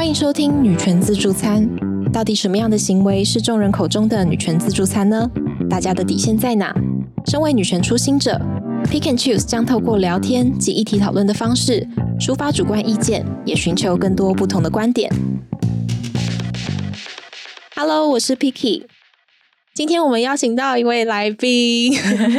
欢迎收听女权自助餐。到底什么样的行为是众人口中的女权自助餐呢？大家的底线在哪？身为女权初心者 Pick and Choose 将透过聊天及议题讨论的方式，抒发主观意见，也寻求更多不同的观点。Hello， 我是 Picky。今天我们邀请到一位来宾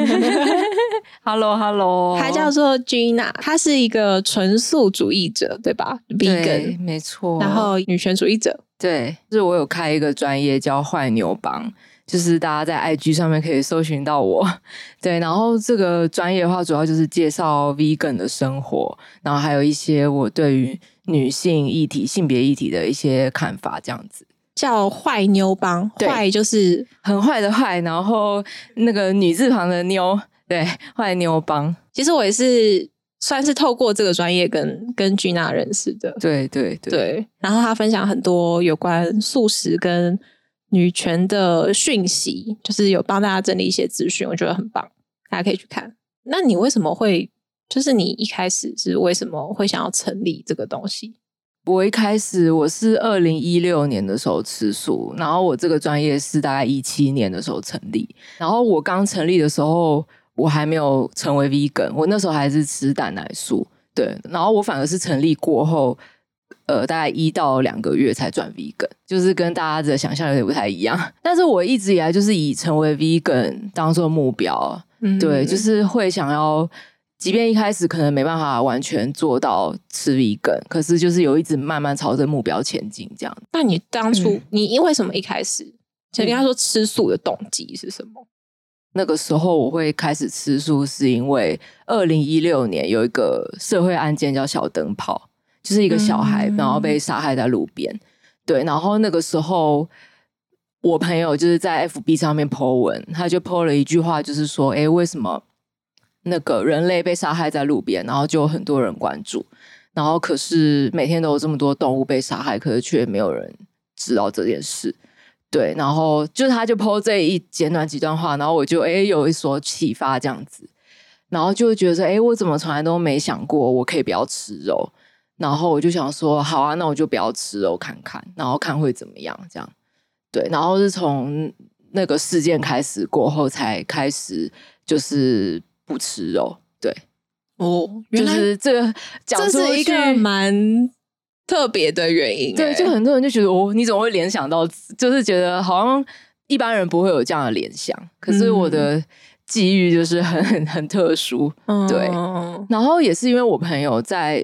Hello， 他叫做 Gina， 他是一个纯素主义者，对吧？ Vegan， 对，没错。 然后女权主义者， 对，就是我有开一个专业叫坏牛帮，就是大家在 IG 上面可以搜寻到我。对，然后这个专业的话，主要就是介绍 Vegan 的生活，然后还有一些我对于女性议题、性别议题的一些看法，这样子。 叫坏妞帮，坏就是很坏的坏，然后那个女字旁的妞，对，坏妞帮。 其实我也是算是透过这个专业跟 Gina 认识的，对。然后他分享很多有关素食跟女权的讯息，就是有帮大家整理一些资讯，我觉得很棒，大家可以去看。那你为什么会，就是你一开始是为什么会想要成立这个东西？ 我一开始我是2016年的时候吃素，然后我这个专业是大概17年的时候成立。然后我刚成立的时候，我还没有成为 vegan， 我那时候还是吃蛋奶素。对，然后我反而是成立过后，大概1到2个月才转 vegan， 就是跟大家的想象有点不太一样。但是我一直以来就是以成为 vegan 当做目标，对，就是会想要。即便一开始可能没办法完全做到吃 vegan， 可是就是有一直慢慢朝着目标前进这样。 那你当初、你为什么一开始就跟他说吃素的动机是什么？ 那个时候我会开始吃素是因为2016年有一个社会案件叫小灯泡，就是一个小孩然后被杀害在路边。对，然后那个时候我朋友就是在 FB 上面 po 文，他就 po 了一句话，就是说为什么那个人类被杀害在路边，然后就有很多人关注，然后可是每天都有这么多动物被杀害，可是却没有人知道这件事。对，然后就是他就 po 这一简短几段话，然后我就有一所启发这样子，然后就会觉得说我怎么从来都没想过我可以不要吃肉，然后我就想说好啊，那我就不要吃肉看看，然后看会怎么样这样。对，然后是从那个事件开始过后才开始就是不吃肉。对，就是这个讲出去， 这是一个蛮特别的原因。 对，就很多人就觉得你怎么会联想到，就是觉得好像一般人不会有这样的联想，可是我的际遇就是很特殊。对，然后也是因为我朋友在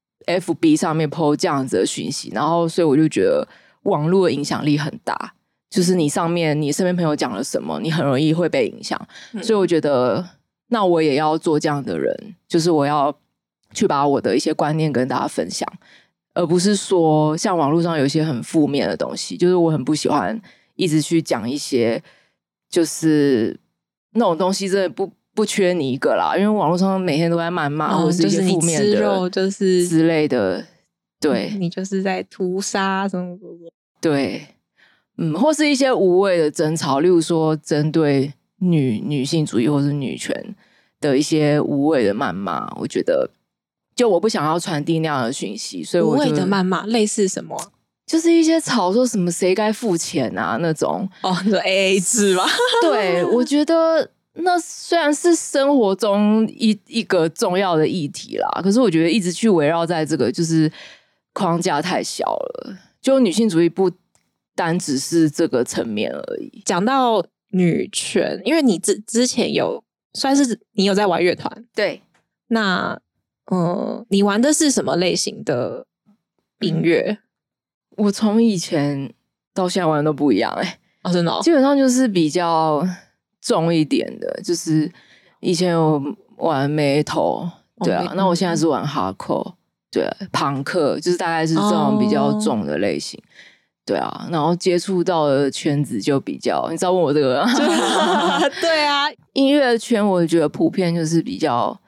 FB 上面 po 这样子的讯息，然后所以我就觉得网络的影响力很大，就是你上面你身边朋友讲了什么，你很容易会被影响。所以我觉得那我也要做这样的人，就是我要去把我的一些观念跟大家分享，而不是说像网络上有一些很负面的东西，就是我很不喜欢一直去讲一些就是那种东西，真的不缺你一个啦，因为网络上每天都在谩骂，或是一些负面的、 就是你吃肉就是之类的。对， 你就是在屠杀什么什么。 对，或是一些无谓的争吵，例如说针对女性主义或是女权的一些无谓的谩骂，我觉得就我不想要传递那样的讯息，所以我无谓的谩骂类似什么？ 就是一些吵说什么谁该付钱啊那种。 你说 AA 制吗？ 对，我觉得那虽然是生活中一个重要的议题啦，可是我觉得一直去围绕在这个就是框架太小了，就女性主义不单只是这个层面而已。 讲到女权，因为你之前有算是你有在玩乐团， 对， 那你玩的是什么类型的音乐？ 我从以前到现在玩的都不一样真的基本上就是比较重一点的，就是以前有玩 metal， 对啊，那我现在是玩 hardcore， 对啊，朋克，就是大概是这种比较重的类型。对啊，然后接触到的圈子就比较，你知道问我这个对啊， 音乐圈我觉得普遍就是比较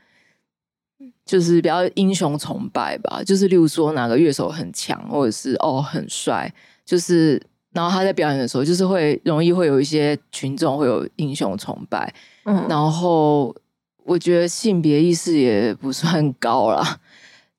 英雄崇拜吧，就是例如说哪个乐手很强，或者是很帅，就是然后他在表演的时候就是容易会有一些群众会有英雄崇拜。然后我觉得性别意识也不算高啦，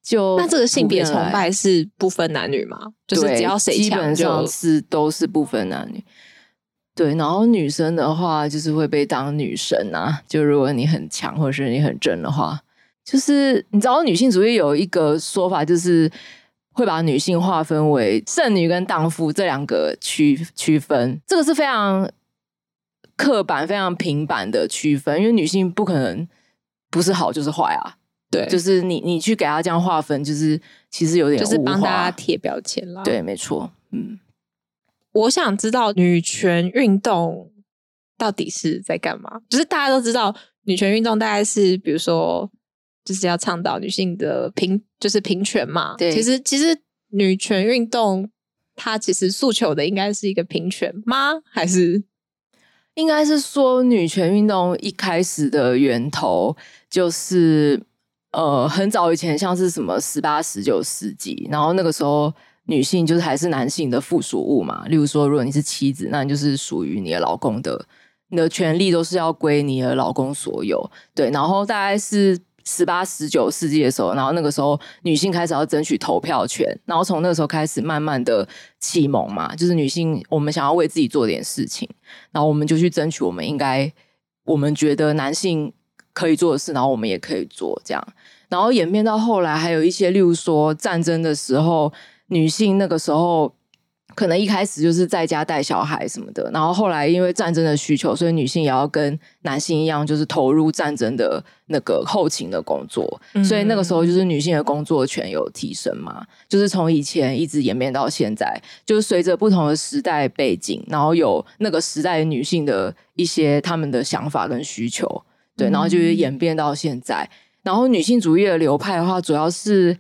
就那这个性别崇拜是不分男女吗？就是只要谁强， 基本上都是不分男女。对，然后女生的话就是会被当女神啊，就如果你很强或者是你很正的话，就是你知道女性主义有一个说法，就是会把女性划分为剩女跟荡妇这两个区分，这个是非常刻板非常平板的区分，因为女性不可能不是好就是坏啊。 对， 就是你去给她这样划分，就是其实有点就是帮大家贴标签啦。 对，没错。 我想知道女权运动到底是在干嘛？就是大家都知道女权运动大概是比如说就是要倡导女性的就是平权嘛。 对， 其实女权运动它其实诉求的应该是一个平权吗？还是应该是说女权运动一开始的源头就是很早以前，像是什么18、19世纪，然后那个时候女性就是还是男性的附属物嘛。例如说，如果你是妻子，那你就是属于你的老公的，你的权利都是要归你的老公所有。对，然后大概是18、19世纪的时候，然后那个时候女性开始要争取投票权，然后从那个时候开始慢慢的启蒙嘛，就是女性我们想要为自己做点事情，然后我们就去争取我们觉得男性可以做的事，然后我们也可以做这样。然后演变到后来还有一些例如说战争的时候，女性那个时候可能一开始就是在家带小孩什么的，然后后来因为战争的需求，所以女性也要跟男性一样就是投入战争的那个后勤的工作，所以那个时候就是女性的工作权有提升嘛，就是从以前一直演变到现在，就是随着不同的时代背景，然后有那个时代的女性的一些他们的想法跟需求，对，然后就是演变到现在。然后女性主义的流派的话，主要是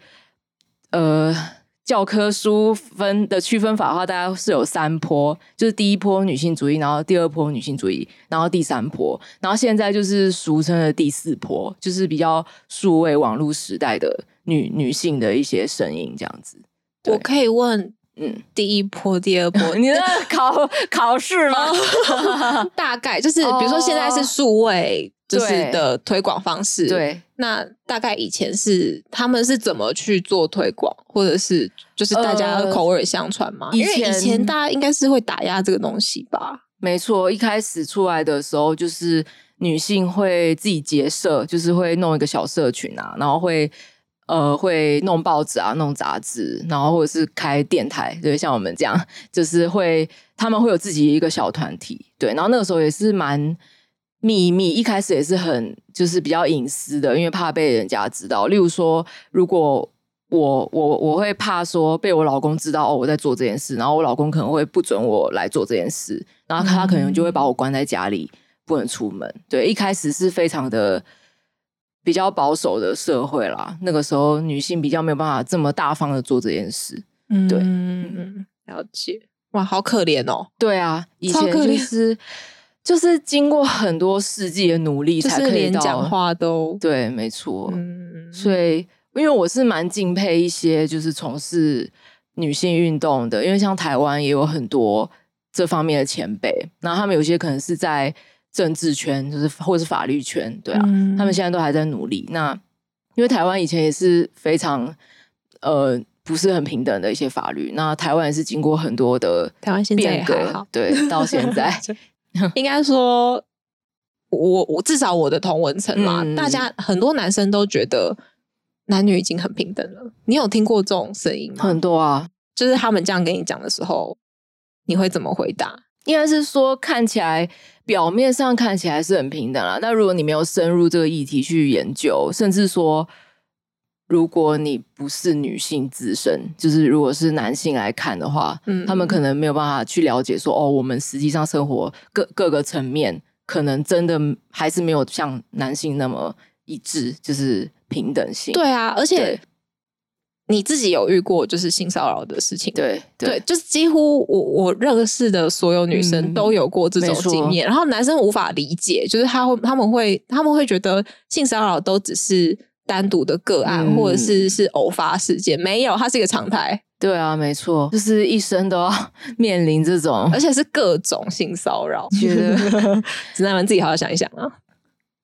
教科书区分法的话，大概是有3波，就是第一波女性主义，然后第2波女性主义，然后第3波，然后现在就是俗称的第4波，就是比较数位网络时代的女性的一些声音这样子。 我可以问第1波第2波你的考试吗？ 大概就是比如说现在是数位就是的推广方式， 对， 那大概以前他们是怎么去做推广，或者是就是大家口耳相传吗？因为以前大家应该是会打压这个东西吧。 没错，一开始出来的时候就是女性会自己结社，就是会弄一个小社群啊，然后会弄报纸啊，弄杂志，然后或者是开电台，对，像我们这样，就是他们会有自己一个小团体，对，然后那个时候也是蛮秘密，一开始也是很就是比较隐私的，因为怕被人家知道。例如说，如果我会怕说被我老公知道我在做这件事，然后我老公可能会不准我来做这件事，然后他可能就会把我关在家里，不能出门。对，一开始是非常的比较保守的社会啦，那个时候女性比较没有办法这么大方的做这件事。对， 了解。哇，好可怜哦。 对啊，以前就是经过很多世纪的努力才可以就是连讲话都对，没错。所以因为我是蛮敬佩一些就是从事女性运动的，因为像台湾也有很多这方面的前辈，然后他们有些可能是在政治圈，就是或是法律圈，对啊，他们现在都还在努力。那因为台湾以前也是非常不是很平等的一些法律，那台湾也是经过很多的台湾现在也还好， 对，到现在应该说我至少我的同文层嘛，大家很多男生都觉得男女已经很平等了。你有听过这种声音吗？ 很多啊， 就是他们这样跟你讲的时候，你会怎么回答？ 应该是说表面上看起来是很平等啦，但如果你没有深入这个议题去研究，甚至说如果你不是女性自身，就是如果是男性来看的话，他们可能没有办法去了解说我们实际上生活各个层面可能真的还是没有像男性那么一致，就是平等性。 对啊，而且你自己有遇过就是性骚扰的事情？ 对， 就是几乎我认识的所有女生都有过这种经验，然后男生无法理解，就是他们会觉得性骚扰都只是单独的个案，或者是偶发事件，没有，它是一个常态。 对啊，没错，就是一生都要面临这种， 而且是各种性骚扰。觉得直男们自己好好想一想啊。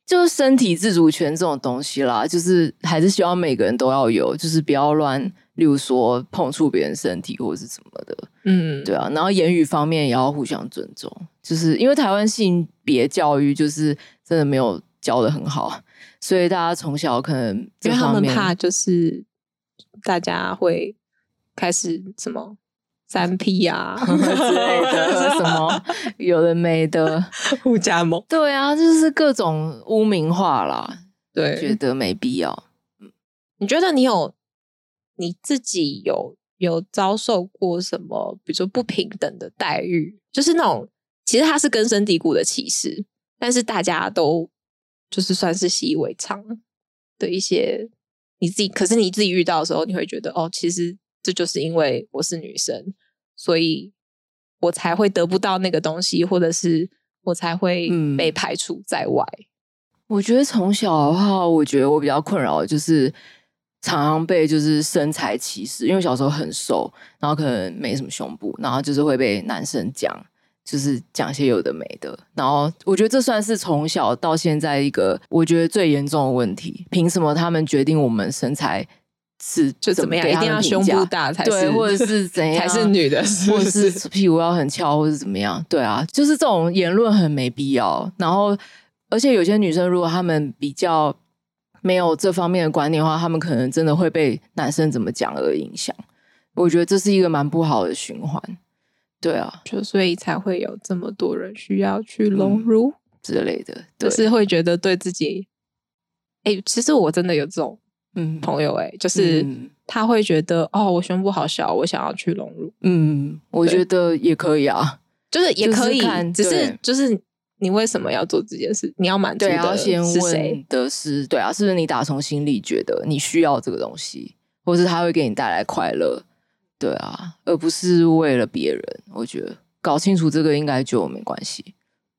就是身体自主权这种东西啦，就是还是希望每个人都要有，就是不要乱，例如说碰触别人身体或者是什么的，对啊。然后言语方面也要互相尊重，就是因为台湾性别教育就是真的没有教得很好，所以大家从小可能这方面， 因为他们怕就是大家会开始什么3P 啊之类的，什么有的没的， 互加盟， 对啊，就是各种污名化啦， 对， 觉得没必要。 你觉得你自己有遭受过什么，比如说不平等的待遇？就是那种其实它是根深蒂固的歧视，但是大家都就是算是习以为常的一些可是你自己遇到的时候，你会觉得哦，其实这就是因为我是女生，所以我才会得不到那个东西，或者是我才会被排除在外。 我觉得从小的话，我觉得我比较困扰的就是常常被就是身材歧视，因为小时候很瘦，然后可能没什么胸部，然后就是会被男生就是讲一些有的没的，然后我觉得这算是从小到现在一个我觉得最严重的问题。凭什么他们决定我们身材是就怎么样，一定要胸部大才是， 对，或者是怎样才是女的， 或者是屁股要很翘，或者是怎么样？对啊，就是这种言论很没必要。然后，而且有些女生如果她们比较没有这方面的观念的话，她们可能真的会被男生怎么讲而影响。我觉得这是一个蛮不好的循环。对啊， 就所以才会有这么多人需要去融入之类的， 就是会觉得对自己，其实我真的有这种朋友，就是他会觉得哦，我胸部好小，我想要去融入。 我觉得也可以啊， 就是也可以， 只是就是你为什么要做这件事？你要满足的是谁？ 的是对啊，是不是你打从心里觉得你需要这个东西，或是它会给你带来快乐？对啊，而不是为了别人。我觉得搞清楚这个应该就没关系。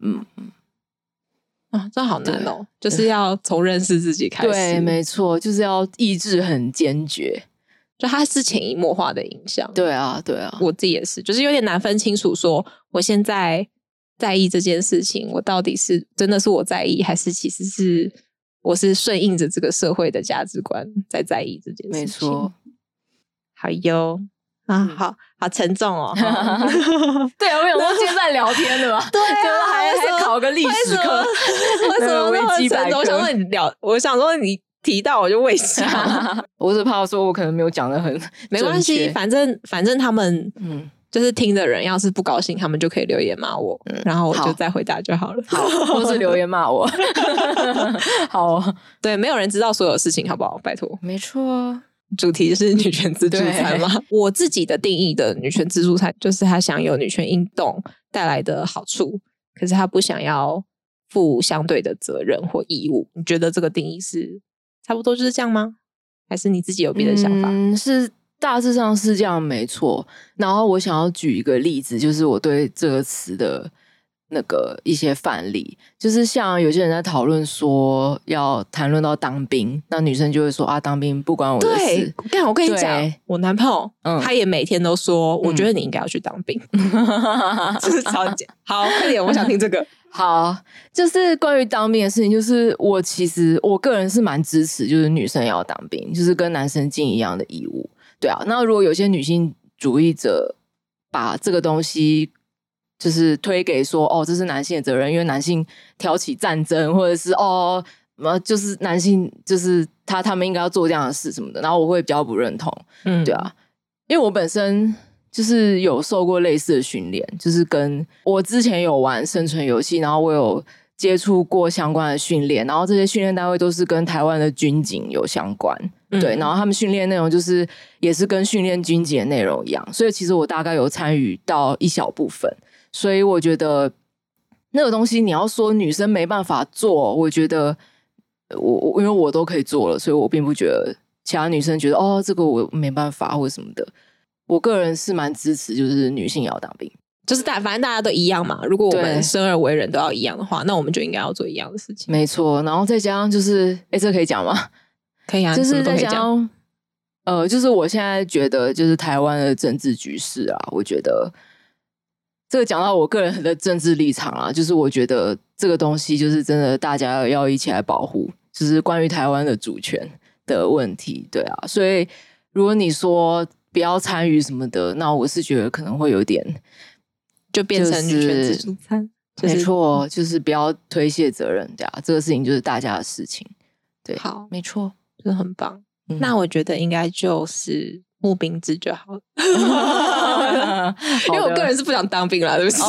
这好难哦，就是要从认识自己开始。 对，没错，就是要意志很坚决。 就它是潜移默化的影响。 对啊，对啊， 我自己也是，就是有点难分清楚说我现在在意这件事情，我到底是真的是我在意，还是其实是我是顺应着这个社会的价值观在意这件事情。 没错。 好哟。好沉重哦。 对啊，我想说现在聊天的嘛， 对啊，还考个历史课， 为什么那么沉重？我想说你提到我就为啥？ 我是怕说我可能没有讲得很没关系，反正他们就是听的人要是不高兴，他们就可以留言骂我，然后我就再回答就好了。 好，或是留言骂我。好， 对，没有人知道所有事情，好不好？拜托， 没错。 主题是女权自助餐吗？我自己的定义的女权自助餐就是她享有女权运动带来的好处，可是她不想要负相对的责任或义务。你觉得这个定义是差不多就是这样吗？还是你自己有别的想法？ 是大致上是这样，没错。然后我想要举一个例子，就是我对这个词的那个一些范例，就是像有些人在讨论说要谈论到当兵，那女生就会说啊，当兵不关我的事。 对，我跟你讲，我男朋友他也每天都说，我觉得你应该要去当兵。就是超级好，快点，我想听这个。 好，就是关于当兵的事情，就是其实我个人是蛮支持，就是女生要当兵，就是跟男生尽一样的义务。对啊，那如果有些女性主义者把这个东西就是推给说这是男性的责任，因为男性挑起战争，或者是就是男性就是他们应该要做这样的事什么的，然后我会比较不认同。对啊，因为我本身就是有受过类似的训练，就是跟我之前有玩生存游戏，然后我有接触过相关的训练，然后这些训练单位都是跟台湾的军警有相关。对，然后他们训练内容就是也是跟训练军警的内容一样，所以其实我大概有参与到一小部分。所以我觉得那个东西你要说女生没办法做，我觉得因为我都可以做了，所以我并不觉得其他女生觉得这个我没办法或者什么的。我个人是蛮支持就是女性也要当兵， 就是反正大家都一样嘛，如果我们生而为人都要一样的话，那我们就应该要做一样的事情。 没错，然后再加上就是这可以讲吗？ 可以啊， 就是再加上就是我现在觉得就是台湾的政治局势啊，我觉得这个讲到我个人的政治立场啊，就是我觉得这个东西就是真的大家要一起来保护，就是关于台湾的主权的问题。对啊，所以如果你说不要参与什么的，那我是觉得可能会有点就变成女权自助餐。 没错，就是不要推卸责任，对啊，这个事情就是大家的事情。对， 好， 没错， 真的很棒。那我觉得应该就是募兵制就好了。因为我个人是不想当兵啦，对不起。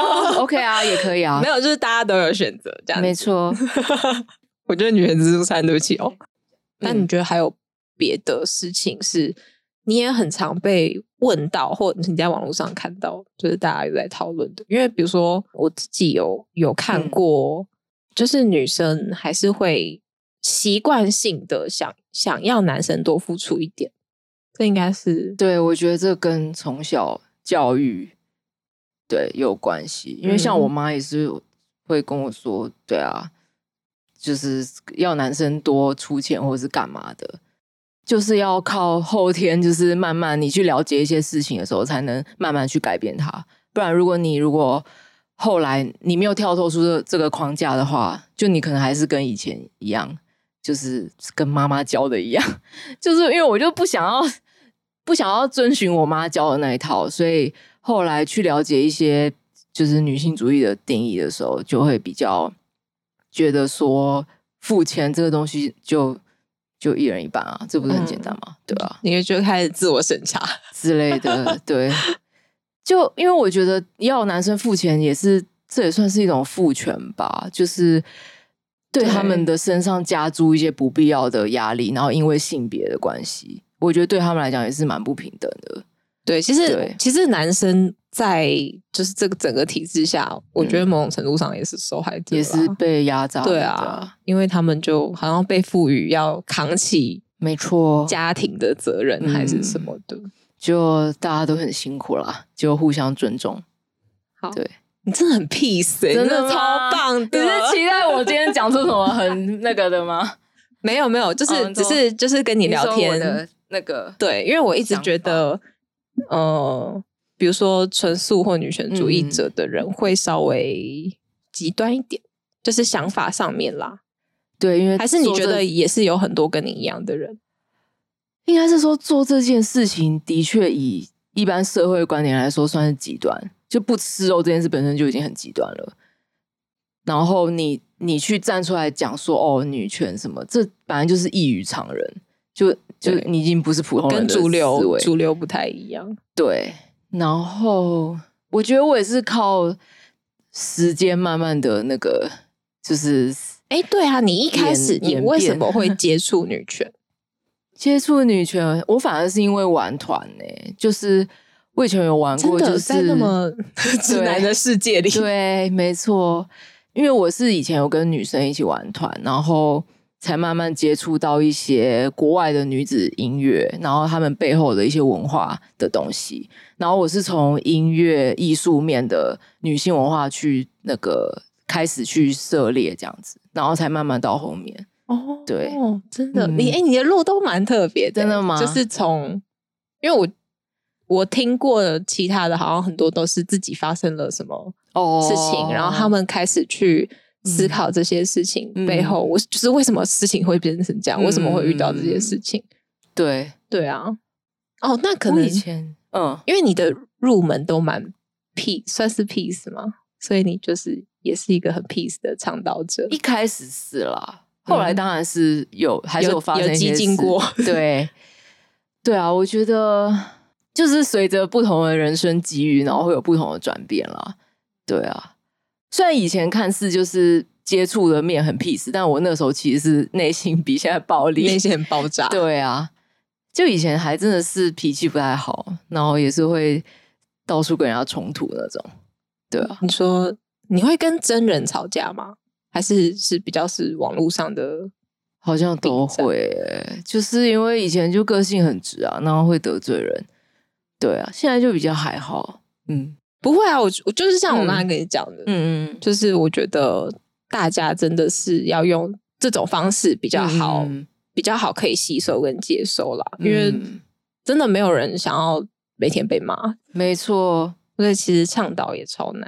OK 啊，也可以啊。 没有，就是大家都有选择这样子。 没错。 我觉得女权自助餐，对不起哦。那你觉得还有别的事情是你也很常被问到，或者你在网络上看到，就是大家有在讨论的？因为比如说我自己有看过，就是女生还是会习惯性的想要男生多付出一点。这应该是对，我觉得这跟从小教育对有关系，因为像我妈也是会跟我说，对啊，就是要男生多出钱或是干嘛的，就是要靠后天，就是慢慢你去了解一些事情的时候，才能慢慢去改变它。不然如果后来你没有跳脱出这个框架的话，就你可能还是跟以前一样，就是跟妈妈教的一样，就是因为我就不想要遵循我妈教的那一套，所以后来去了解一些就是女性主义的定义的时候，就会比较觉得说付钱这个东西就一人一半啊，这不是很简单吗？对吧？ 你就开始自我审查之类的，对。就因为我觉得要男生付钱这也算是一种父权吧，就是对他们的身上加诸一些不必要的压力，然后因为性别的关系，我觉得对他们来讲也是蛮不平等的。 对，其实男生在就是这个整个体制下，我觉得某种程度上也是受害者， 也是被压榨的。 对啊，因为他们就好像被赋予要扛起没错家庭的责任还是什么的， 就大家都很辛苦啦，就互相尊重。 好， 对。 你真的很 peace 真的超棒的。 你是期待我今天讲出什么很那个的吗？ 没有，就是只是就是跟你聊天的那个。 对，因为我一直觉得比如说纯素或女权主义者的人会稍微极端一点，就是想法上面啦。 对，因为还是你觉得也是有很多跟你一样的人？ 应该是说做这件事情的确以一般社会观点来说算是极端，就不吃肉这件事本身就已经很极端了。然后你去站出来讲说女权什么，这本来就是异于常人，就你已经不是普通人的思维， 跟主流不太一样。 对，然后我觉得我也是靠时间慢慢的那个，就是对啊，你一开始你为什么会接触女权？ 接触女权，我反而是因为玩团就是我以前有玩过，就是在那么直男的世界里， 对，没错。因为我是以前有跟女生一起玩团，然后才慢慢接触到一些国外的女子音乐，然后他们背后的一些文化的东西。然后我是从音乐艺术面的女性文化去那个开始去涉猎这样子，然后才慢慢到后面。对， 真的，你的路都蛮特别的， 真的吗？ 就是因为我听过其他的，好像很多都是自己发生了什么事情，然后他们开始去思考这些事情背后，就是为什么事情会变成这样，为什么会遇到这些事情？对啊，那可能以前因为你的入门都蛮 peace， 算是 peace 吗？所以你就是也是一个很 peace 的倡导者。 一开始是啦。后来当然是还是有发生一些激进过， 对啊，我觉得就是随着不同的人生机遇，然后会有不同的转变啦。对啊，虽然以前看似就是接触的面很 peace， 但我那时候其实是内心比现在暴力， 内心很爆炸。 对啊，就以前还真的是脾气不太好，然后也是会到处跟人家冲突那种。对啊， 你说你会跟真人吵架吗？还是比较是网络上的？ 好像都会就是因为以前就个性很直啊，然后会得罪人。对啊，现在就比较还好。 不会啊，我就是像我刚才跟你讲的，就是我觉得大家真的是要用这种方式比较好，比较好可以吸收跟接受啦。因为真的没有人想要每天被骂， 没错。 所以其实倡导也超难的。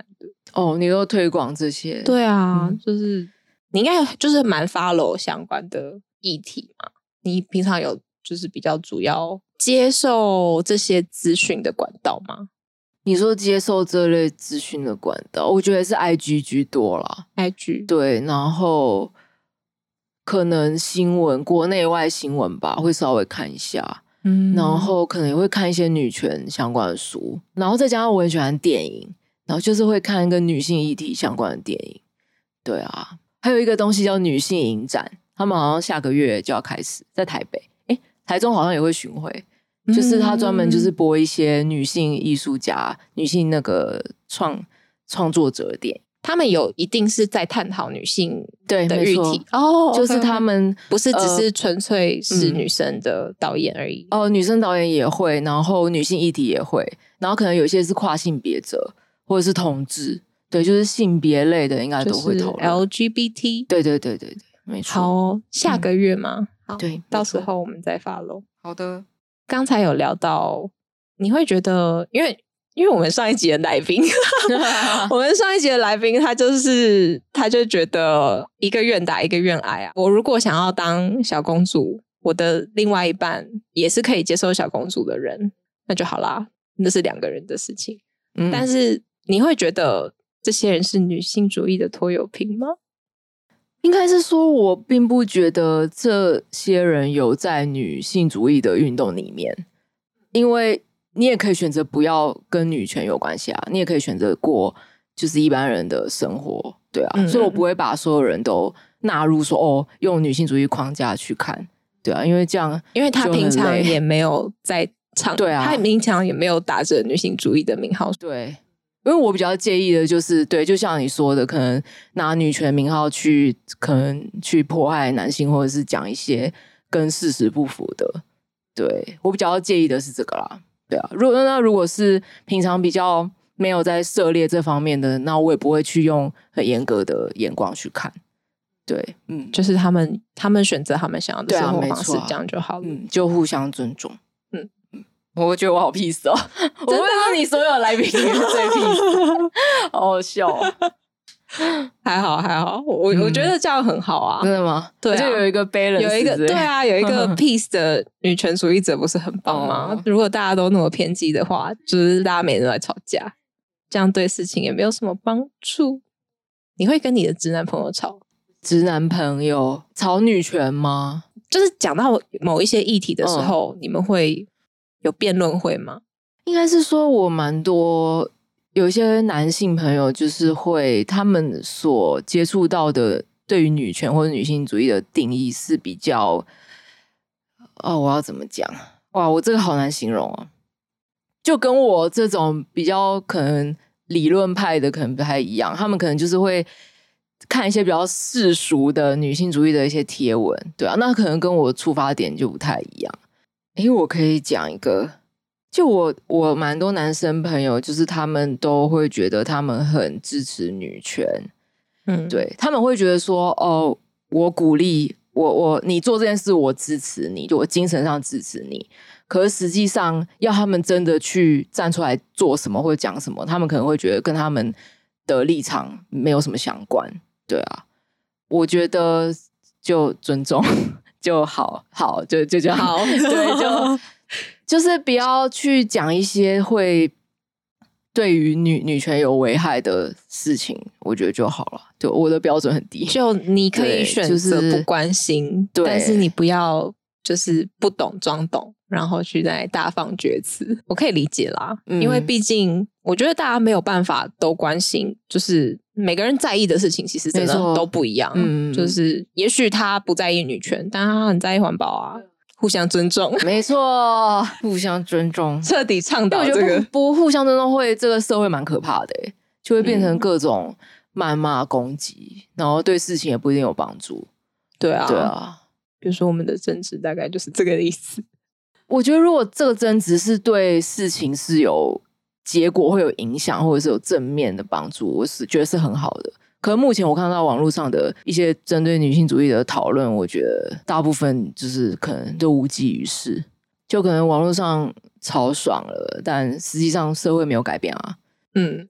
哦，你都推广这些？ 对啊，就是你应该就是蛮 follow 相关的议题嘛。你平常有就是比较主要接受这些资讯的管道吗？ 你说接受这类资讯的管道，我觉得是 IG 居多啦。 IG 对，然后可能新闻国内外新闻吧，会稍微看一下。然后可能也会看一些女权相关的书，然后再加上我很喜欢电影，然后就是会看跟女性议题相关的电影。对啊，还有一个东西叫女性影展，他们好像下个月就要开始在台北，台中好像也会巡回，就是他专门就是播一些女性艺术家、女性那个创作者的电影。 他们有一定是在探讨女性的议题哦， 就是他们不是只是纯粹是女生的导演而已。 女生导演也会，然后女性议题也会，然后可能有些是跨性别者或者是同志，对，就是性别类的应该都会讨论。 LGBT， 对，没错。 好，下个月吗？ 对， 到时候我们再follow。 好的。 刚才有聊到，你会觉得，因为我们上一集的来宾我们上一集的来宾他就觉得一个愿打一个愿挨啊。我如果想要当小公主，我的另外一半也是可以接受小公主的人，那就好啦，那是两个人的事情。但是你会觉得这些人是女性主义的拖油瓶吗？ 应该是说我并不觉得这些人有在女性主义的运动里面，因为你也可以选择不要跟女权有关系啊，你也可以选择过就是一般人的生活，对啊，所以我不会把所有人都纳入说用女性主义框架去看，对啊，因为这样， 因为他平常也没有在唱， 对啊， 他平常也没有打着女性主义的名号， 对，因为我比较介意的就是，对，就像你说的，可能拿女权名号可能去迫害男性，或者是讲一些跟事实不符的，对，我比较介意的是这个啦。对啊，如果是平常比较没有在涉猎这方面的，那我也不会去用很严格的眼光去看。对， 就是他们选择他们想要的生活方式，这样就好了， 就互相尊重。我觉得我好 peace 哦，我会让你所有来宾里面最 peace， 好好笑哦。 还好，我觉得这样很好啊。 真的吗？ 对啊， 就有一个 balance， 有一个对啊，有一个 peace 的女权主义者不是很棒吗？如果大家都那么偏激的话，就是大家每天都在吵架，这样对事情也没有什么帮助。你会跟你的直男朋友吵？ 直男朋友吵女权吗？ 就是讲到某一些议题的时候，你们会有辩论会吗？ 应该是说我蛮多有一些男性朋友，就是会他们所接触到的对于女权或者女性主义的定义是比较我要怎么讲？哇，我这个好难形容哦。就跟我这种比较可能理论派的可能不太一样，他们可能就是会看一些比较世俗的女性主义的一些贴文，对啊，那可能跟我出发点就不太一样。我可以讲一个，就我蛮多男生朋友，就是他们都会觉得他们很支持女权，对，他们会觉得说，我鼓励你做这件事，我支持你，就我精神上支持你。可是实际上，要他们真的去站出来做什么或者讲什么，他们可能会觉得跟他们的立场没有什么相关，对啊。我觉得就尊重就好，就好，对，就是不要去讲一些会对于女权有危害的事情，我觉得就好了。就我的标准很低， 就你可以选择不关心，对，但是你不要就是不懂装懂，然后去在大放厥词。我可以理解啦，因为毕竟我觉得大家没有办法都关心，就是每个人在意的事情其实真的都不一样。就是也许他不在意女权，但他很在意环保啊。互相尊重， 没错，互相尊重， 彻底倡导这个。 我觉得不互相尊重这个社会蛮可怕的，就会变成各种谩骂攻击，然后对事情也不一定有帮助。 对啊，比如说我们的争执大概就是这个意思。 我觉得如果这个争执是对事情是有结果会有影响，或者是有正面的帮助，我是觉得是很好的。可是目前我看到网络上的一些针对女性主义的讨论，我觉得大部分就是可能都无济于事，就可能网络上超爽了，但实际上社会没有改变啊。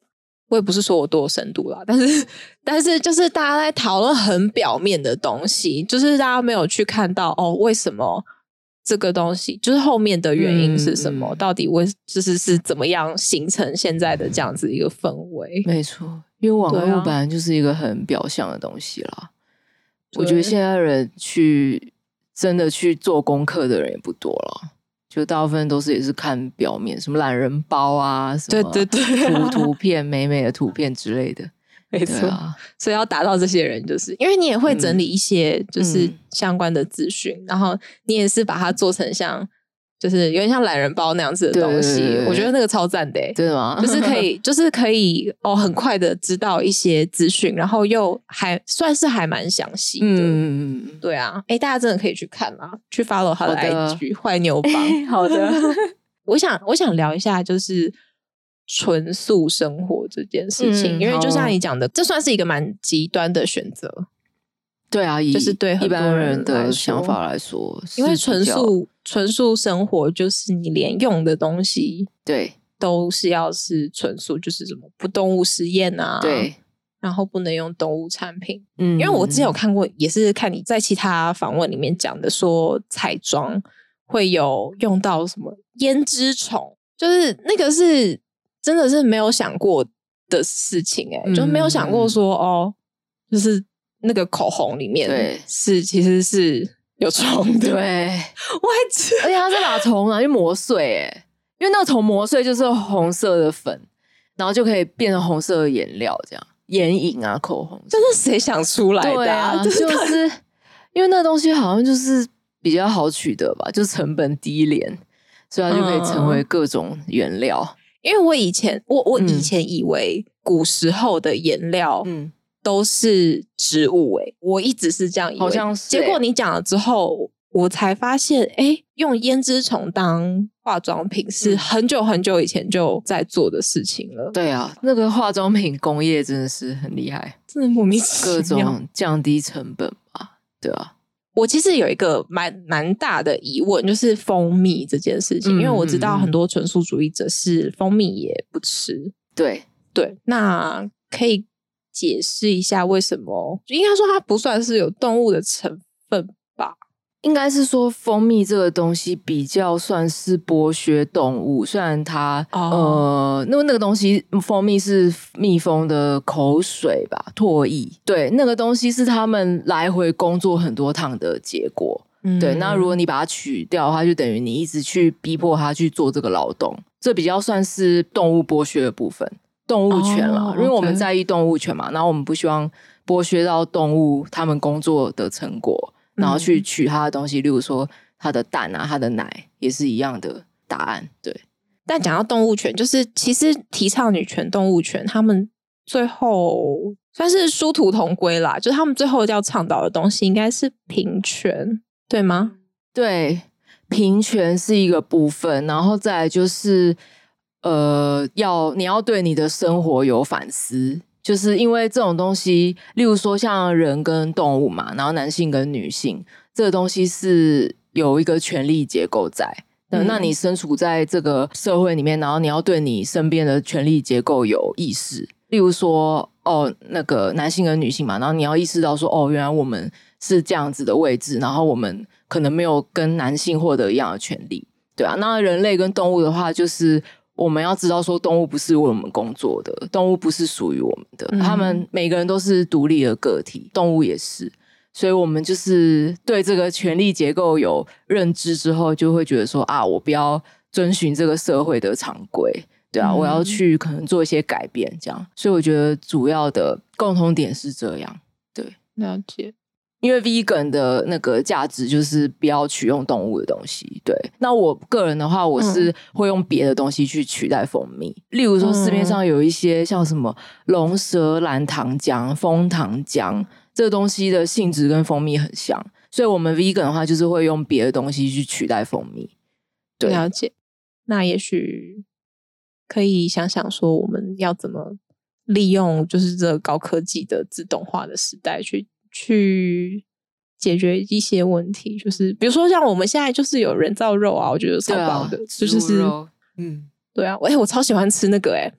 我也不是说我多有深度啦，但是就是大家在讨论很表面的东西，就是大家没有去看到为什么这个东西就是后面的原因是什么，到底是怎么样形成现在的这样子一个氛围。 没错，因为网络本来就是一个很表象的东西啦。我觉得现在人真的去做功课的人也不多了，就大部分都是也是看表面，什么懒人包啊，什么图片美美的图片之类的。 没错，所以要达到这些人，就是因为你也会整理一些就是相关的资讯，然后你也是把它做成像就是有点像懒人包那样子的东西。我觉得那个超赞的。 真的吗？ 就是可以很快的知道一些资讯，然后又算是还蛮详细的。对啊，大家真的可以去看啦，去 follow 他的 IG 坏牛帮。 好的。 我想聊一下就是纯素生活这件事情，因为就像你讲的，这算是一个蛮极端的选择。 对啊， 就是对很多一般人的想法来说， 因为纯素生活就是你连用的东西对都是要是纯素，就是什么不动物实验啊， 对， 然后不能用动物产品。因为我之前有看过，也是看你在其他访问里面讲的，说彩妆会有用到什么胭脂虫，就是那个是真的是没有想过的事情。就没有想过说就是那个口红里面其实是有虫的。 对，而且它是把虫拿去磨碎因为那个虫磨碎就是红色的粉，然后就可以变成红色的颜料，这样眼影啊口红， 这是谁想出来的？ 对啊，就是因为那东西好像就是比较好取得吧，就成本低廉，所以它就可以成为各种原料。 因为我以前以为古时候的颜料都是植物我一直是这样以为， 好像是。 结果你讲了之后，我才发现用胭脂虫当化妆品是很久很久以前就在做的事情了。 对啊，那个化妆品工业真的是很厉害， 真的莫名其妙， 各种降低成本吧。对啊， 我其实有一个蛮大的疑问，就是蜂蜜这件事情。因为我知道很多纯素主义者是蜂蜜也不吃。 对， 那可以解释一下为什么？应该说它不算是有动物的成分吧？ 应该是说蜂蜜这个东西比较算是剥削动物，虽然它那个东西蜂蜜是蜜蜂的口水吧，唾液，对，那个东西是他们来回工作很多趟的结果。对，那如果你把它取掉的话，就等于你一直去逼迫它去做这个劳动，这比较算是动物剥削的部分，动物权啦，因为我们在意动物权嘛，然后我们不希望剥削到动物他们工作的成果，然后去取它的东西，例如说它的蛋啊，它的奶也是一样的答案。对， 但讲到动物权，就是其实提倡女权、动物权，他们最后算是殊途同归啦，就是他们最后要倡导的东西应该是平权，对吗？ 对，平权是一个部分，然后再来就是你要对你的生活有反思，就是因为这种东西，例如说像人跟动物嘛，然后男性跟女性，这个东西是有一个权力结构在。那你身处在这个社会里面，然后你要对你身边的权力结构有意识，例如说那个男性跟女性嘛，然后你要意识到说原来我们是这样子的位置，然后我们可能没有跟男性获得一样的权利。对啊，那人类跟动物的话，就是我们要知道说动物不是为我们工作的，动物不是属于我们的，他们每个人都是独立的个体，动物也是。所以我们就是对这个权力结构有认知之后，就会觉得说我不要遵循这个社会的常规，对啊，我要去可能做一些改变这样。所以我觉得主要的共同点是这样。对， 了解。 因为 vegan 的那个价值就是不要取用动物的东西。对，那我个人的话，我是会用别的东西去取代蜂蜜，例如说市面上有一些像什么龙舌兰糖浆、枫糖浆，这个东西的性质跟蜂蜜很像，所以我们 vegan 的话就是会用别的东西去取代蜂蜜。对， 了解。那也许可以想想说我们要怎么利用就是这个高科技的自动化的时代去解决一些问题，就是比如说像我们现在就是有人造肉啊，我觉得超棒的，就是肉， 对啊，我超喜欢吃那个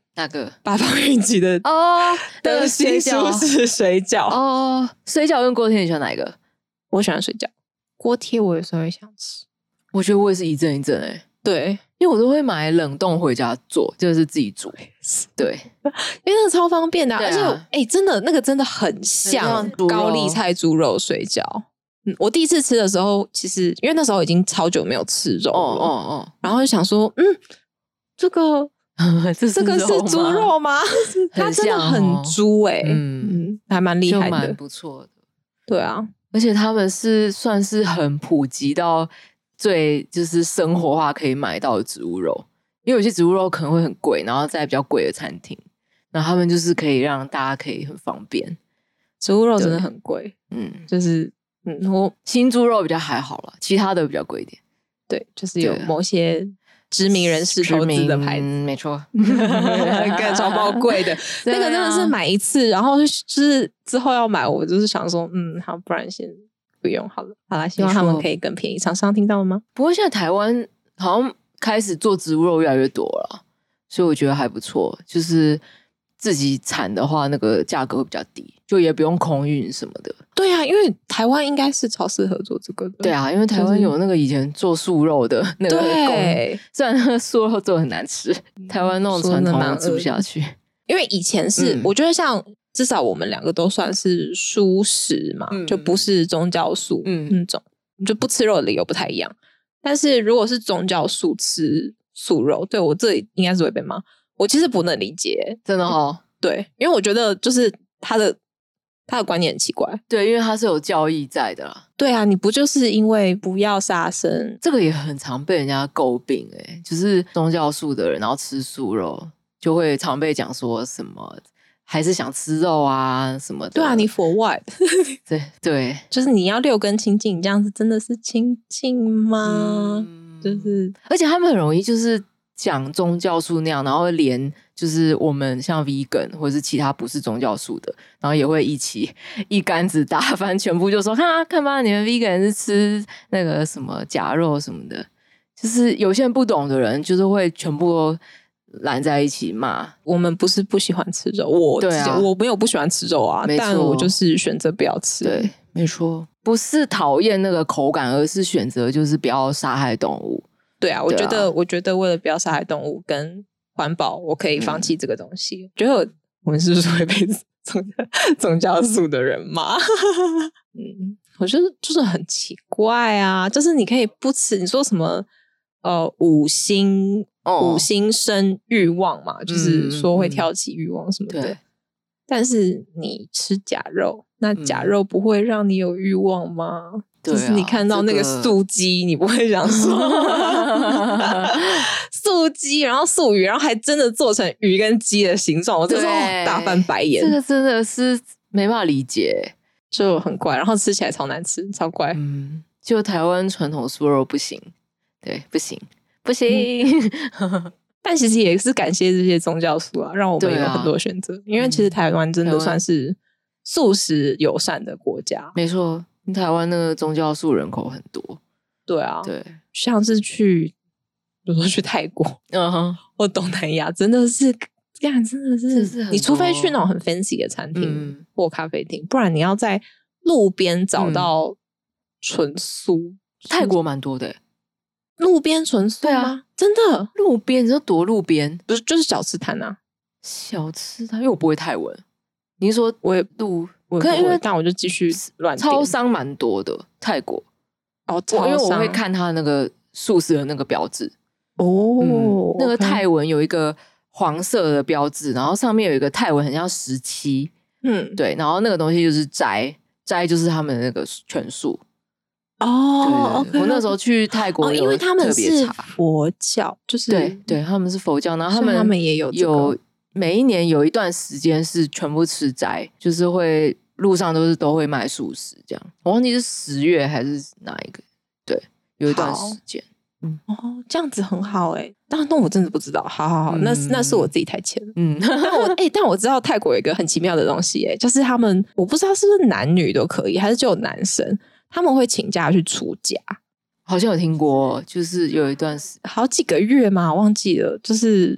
哪个？ 八方云集的的新舒适水饺哦。水饺跟锅贴你喜欢哪一个？ 我喜欢水饺，锅贴我有时候会想吃。 我觉得我也是一阵一阵对， 因为我都会买冷冻回家做，就是自己煮。对， 因为那个超方便的，而且真的那个真的很像高丽菜猪肉水饺。我第一次吃的时候，其实因为那时候已经超久没有吃肉了，然后就想说，这个这个是猪肉吗？它真的很猪还蛮厉害的， 蛮不错的。 对啊， 而且他们是算是很普及到最就是生活化可以买到的植物肉，因为有些植物肉可能会很贵，然后在比较贵的餐厅，那他们就是可以让大家可以很方便。 植物肉真的很贵，就是我新猪肉比较还好啦，其他的比较贵一点。 对，就是有某些知名人士投资的牌子， 没错， 干超爆贵的，那个真的是买一次，然后就是之后要买，我就是想说，好，不然先不用好了。好啦，希望他们可以更便宜。厂商听到了吗？ 不过现在台湾好像开始做植物肉越来越多了，所以我觉得还不错。就是自己产的话，那个价格会比较低，就也不用空运什么的。 对啊，因为台湾应该是超适合做这个的。 对啊，因为台湾有那个以前做素肉的那个工，虽然那个素肉做得很难吃，台湾那种传统都吃不下去。 因为以前是，我觉得像至少我们两个都算是蔬食嘛，就不是宗教素那种，就不吃肉的理由不太一样。但是如果是宗教素吃素肉，对我这里应该是会被骂。我其实不能理解， 真的哦。 对，因为我觉得就是他的观念很奇怪。 对，因为他是有教义在的啦。 对啊，你不就是因为不要杀生， 这个也很常被人家诟病就是宗教素的人，然后吃素肉，就会常被讲说什么还是想吃肉啊什么的。 对啊，你 for what？ 对， 就是你要六根清净，这样子真的是清净吗？就是而且他们很容易就是讲宗教素那样，然后连就是我们像 vegan 或者是其他不是宗教素的，然后也会一起一竿子打翻，全部就说看吧，你们 vegan 是吃那个什么假肉什么的，就是有些人不懂的人，就是会全部都揽在一起骂。 我们不是不喜欢吃肉，我没有不喜欢吃肉啊，但我就是选择不要吃。 对，没错，不是讨厌那个口感，而是选择就是不要杀害动物。 对啊，我觉得为了不要杀害动物跟环保，我可以放弃这个东西。觉得我们是不是会被宗教素的人骂？我觉得就是很奇怪啊，就是你可以不吃，你说什么五星生欲望嘛，就是说会挑起欲望什么的。但是你吃假肉，那假肉不会让你有欲望吗？就是你看到那个素鸡，你不会想说素鸡，然后素鱼，然后还真的做成鱼跟鸡的形状，我这时候大翻白眼。 这个真的是没办法理解， 就很怪，然后吃起来超难吃，超怪。 就台湾传统素肉不行，对，不行。 但其实也是感谢这些宗教素啊，让我们有很多选择。因为其实台湾真的算是素食友善的国家， 没错。台湾那个宗教素人口很多。 对啊， 对， 像是比如说去泰国，或东南亚，真的是你除非去那种很 fancy 的餐厅或咖啡厅，不然你要在路边找到纯素。 泰国蛮多的路边纯素吗？对啊，真的路边，你说多路边？ 不是，就是小吃摊啊。 小吃摊，因为我不会泰文。你是说我也可因为但我就继续乱点。 超商蛮多的泰国因为我会看他那个素食的那个标志那个泰文有一个黄色的标志，然后上面有一个泰文很像17，对，然后那个东西就是斋就是他们的那个全素。我那时候去泰国因为他们是佛教，就是对，他们是佛教，然后他们也有每一年有一段时间是全部吃斋，就是会路上都会卖素食这样。我忘记是10月还是哪一个，对，有一段时间。 这样子很好但我真的不知道。好，那是我自己太浅了。但我知道泰国有一个很奇妙的东西就是他们我不知道是不是男女都可以，还是只有男生他们会请假去出家。 好像有听过，就是有一段好几个月嘛，我忘记了，就是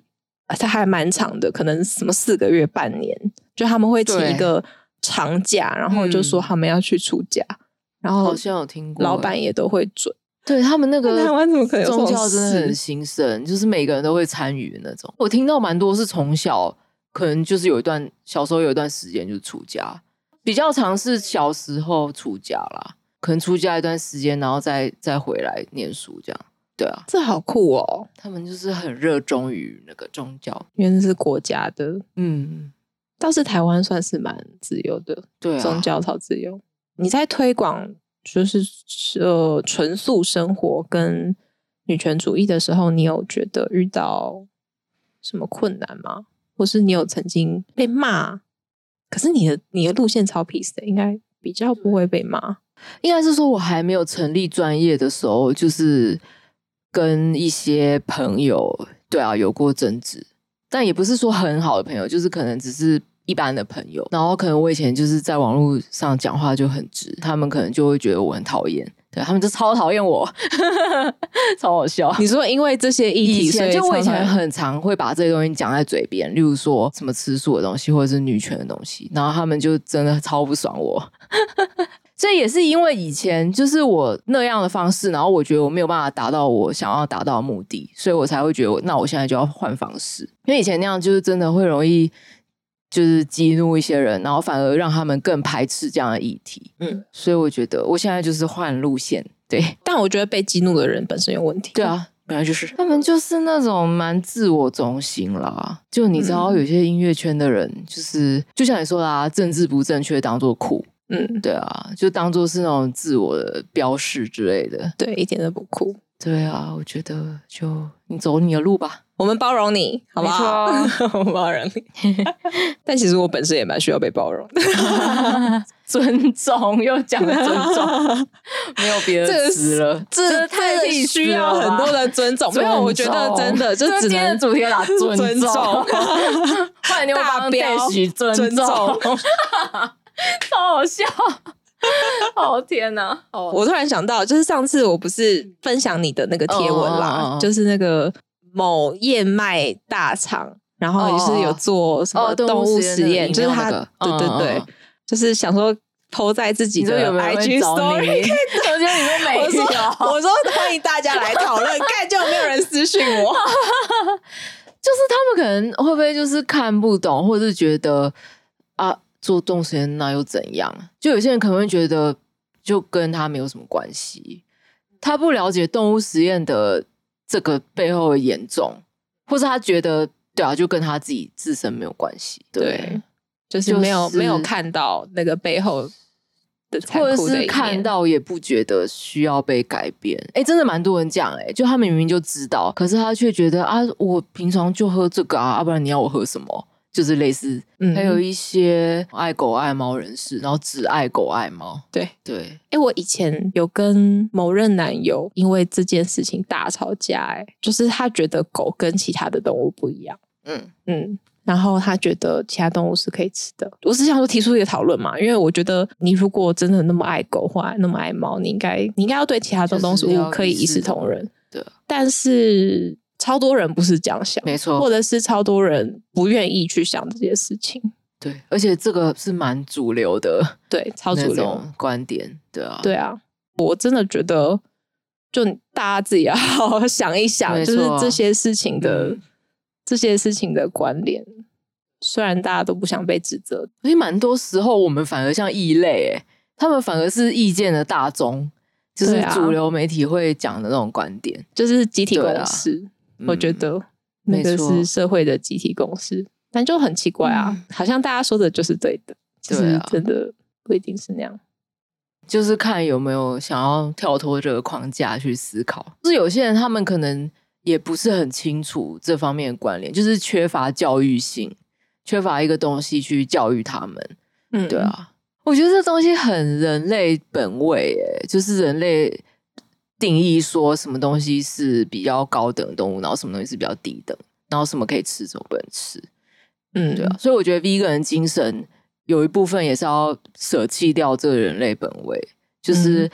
它还蛮长的，可能什么4个月半年，就他们会请一个长假，然后就说他们要去出家，然后好像有听过， 老板也都会准。 对，他们那个台湾怎么可能有宗教真的很兴盛，就是每个人都会参与那种。我听到蛮多是从小可能就是小时候有一段时间就是出家，比较常是小时候出家啦，可能出家一段时间，然后再回来念书这样。对啊， 这好酷哦！ 他们就是很热衷于那个宗教， 原来是国家的，倒是台湾算是蛮自由的， 对啊， 宗教超自由。你在推广就是纯素生活跟女权主义的时候，你有觉得遇到什么困难吗？或是你有曾经被骂？可是你的路线超 peace 的，应该比较不会被骂。 应该是说我还没有成立专业的时候，就是跟一些朋友对啊有过争执，但也不是说很好的朋友，就是可能只是一般的朋友。然后可能我以前就是在网络上讲话就很直，他们可能就会觉得我很讨厌，对，他们就超讨厌我超好笑。 你说因为这些议题，所以就我以前很常会把这些东西讲在嘴边，例如说什么吃素的东西或者是女权的东西，然后他们就真的超不爽我所以也是因为以前就是我那样的方式，然后我觉得我没有办法达到我想要达到的目的，所以我才会觉得那我现在就要换方式。因为以前那样就是真的会容易就是激怒一些人，然后反而让他们更排斥这样的议题。所以我觉得我现在就是换路线。对， 但我觉得被激怒的人本身有问题。 对啊，本来就是他们就是那种蛮自我中心啦。就你知道有些音乐圈的人就是就像你说的啊，政治不正确当作酷。对啊，就当作是那种自我的标示之类的。 对，一点都不酷。 对啊，我觉得就你走你的路吧， 我们包容你，好不好？我们包容你。但其实我本身也蛮需要被包容的。 尊重，又讲了尊重，没有别的词了。 这太需要很多的尊重。没有，我觉得真的就只能主题打尊重。换你大标尊重。超好笑哦天哪我突然想到就是上次我不是分享你的那个贴文啦，就是那个某燕麦大厂，然后就是有做什么动物实验，就是他对，就是想说 po 在自己的 IG story， 我觉得你都没有。 我说欢迎大家来讨论，干就没有人私讯我。 就是他们可能会不会就是看不懂，或者是觉得啊做动物实验那又怎样？就有些人可能会觉得就跟他没有什么关系，他不了解动物实验的这个背后的严重，或是他觉得对啊，就跟他自己自身没有关系。对， 就是没有看到那个背后的残酷的一面， 或者是看到也不觉得需要被改变。真的蛮多人这样就他们明明就知道，可是他却觉得啊，我平常就喝这个啊，不然你要我喝什么？就是类似，还有一些爱狗爱猫人士，然后只爱狗爱猫。对， 我以前有跟某任男友因为这件事情大吵架就是他觉得狗跟其他的动物不一样。然后他觉得其他动物是可以吃的。我是想说提出一个讨论嘛，因为我觉得你如果真的那么爱狗或那么爱猫，你应该要对其他的动物可以一视同仁。 对， 但是超多人不是这样想， 没错， 或者是超多人不愿意去想这些事情。 对，而且这个是蛮主流的， 对，超主流观点。对啊， 对啊，我真的觉得，就大家自己要好好想一想，就是这些事情的关联。虽然大家都不想被指责， 所以蛮多时候我们反而像异类，他们反而是意见的大宗，就是主流媒体会讲的那种观点， 就是集体共识。我觉得那个是社会的集体共识，但就很奇怪啊，好像大家说的就是对的，就是真的不一定是那样。 就是看有没有想要跳脱这个框架去思考。就是有些人他们可能也不是很清楚这方面的关联，就是缺乏教育性，缺乏一个东西去教育他们。对啊，我觉得这东西很人类本位就是人类定义说什么东西是比较高等的动物，然后什么东西是比较低等，然后什么可以吃什么不能吃。对啊，所以我觉得 vegan 精神有一部分也是要舍弃掉这个人类本位，就是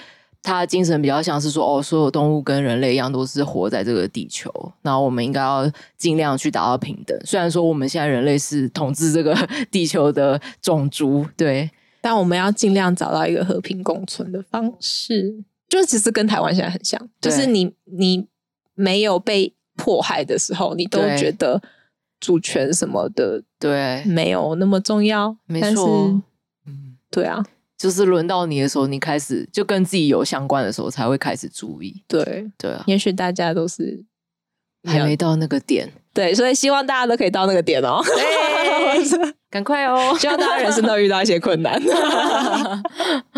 他的精神比较像是说所有动物跟人类一样都是活在这个地球，然后我们应该要尽量去达到平等，虽然说我们现在人类是统治这个地球的种族，对， 但我们要尽量找到一个和平共存的方式，就是其实跟台湾现在很像，就是你没有被迫害的时候，你都觉得主权什么的对没有那么重要， 没错， 对啊， 就是轮到你的时候，你开始就跟自己有相关的时候才会开始注意， 对对啊， 也许大家都是还没到那个点， 对，所以希望大家都可以到那个点哦， 赶快哦， 希望大家人生都遇到一些困难。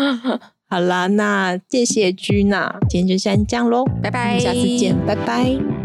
好啦，那谢谢Gina，今天就先这样咯， 拜拜， 下次见，拜拜。